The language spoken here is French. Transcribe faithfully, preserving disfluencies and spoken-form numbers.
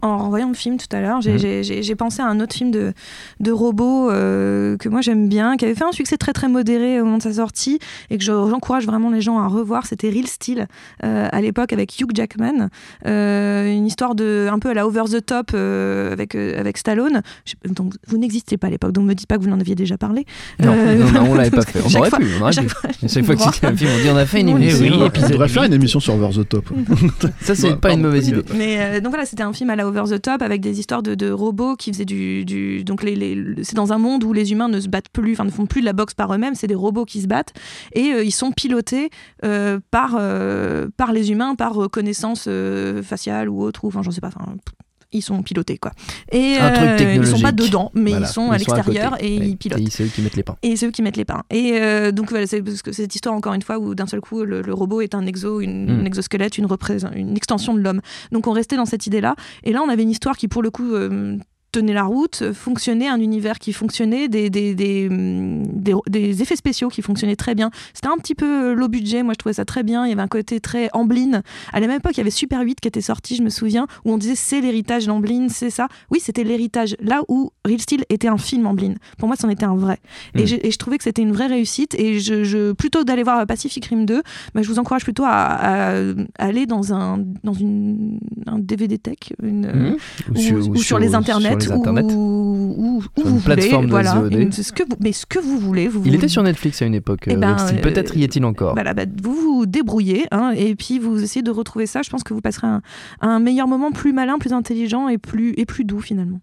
en voyant le film tout à l'heure, j'ai, mmh. j'ai, j'ai, j'ai pensé à un autre film de, de robot euh, que moi j'aime bien, qui avait fait un succès très très modéré au moment de sa sortie et que je, j'encourage vraiment les gens à revoir. C'était Real Steel euh, à l'époque avec Hugh Jackman, euh, une histoire de un peu à la over the top euh, avec euh, avec Stallone. Je, donc vous n'existiez pas à l'époque, donc me dites pas que vous en aviez déjà parlé. Non, euh, non, non on l'avait pas fait. On aurait pu. On aurait chaque pu. fois, chaque fois que c'était un film, on dit on a fait une émission. Oui, on devrait faire une émission sur over the top. Ça c'est bah, pas pardon, une mauvaise idée. Mais euh, donc voilà, c'était un film à la over the top avec des histoires de, de robots qui faisaient du, du donc les, les c'est dans un monde où les humains ne se battent plus, enfin ne font plus de la boxe par eux-mêmes, c'est des robots qui se battent et euh, ils sont pilotés euh, par euh, par les humains par reconnaissance euh, faciale ou autre ou enfin j'en sais pas enfin ils sont pilotés quoi. Et un truc technologique. Euh, ils sont pas dedans, mais voilà. ils sont ils à sont l'extérieur à et ouais. ils pilotent. Et c'est eux qui mettent les pains. Et c'est eux qui mettent les pains. Et euh, donc voilà, c'est parce que cette histoire encore une fois où d'un seul coup le, le robot est un exo, une, mm. un exosquelette, une, représ- une extension de l'homme. Donc on restait dans cette idée-là. Et là on avait une histoire qui pour le coup euh, tenait la route, fonctionnait, un univers qui fonctionnait, des, des, des, des, des effets spéciaux qui fonctionnaient très bien. C'était un petit peu low budget, moi je trouvais ça très bien, il y avait un côté très Amblin. À la même époque, il y avait Super huit qui était sorti, je me souviens, où on disait c'est l'héritage d'Amblin, c'est ça. Oui, c'était l'héritage, là où Real Steel était un film Amblin. Pour moi, c'en était un vrai. Mmh. Et, et je trouvais que c'était une vraie réussite, et je, je, plutôt d'aller voir Pacific Rim deux, bah, je vous encourage plutôt à, à, à aller dans un, dans une, un D V D tech, une, mmh. ou, ou, sur, ou, ou sur, sur les internets. Sur les Internet. Ou, ou, ou une vous plateforme voulez, de voilà, V O D. une, ce que vous, mais ce que vous voulez. Vous, il vous... était sur Netflix à une époque. Eh ben, euh, peut-être y est-il encore. Bah là, bah, vous vous débrouillez hein, et puis vous essayez de retrouver ça. Je pense que vous passerez un, un meilleur moment, plus malin, plus intelligent et plus, et plus doux finalement.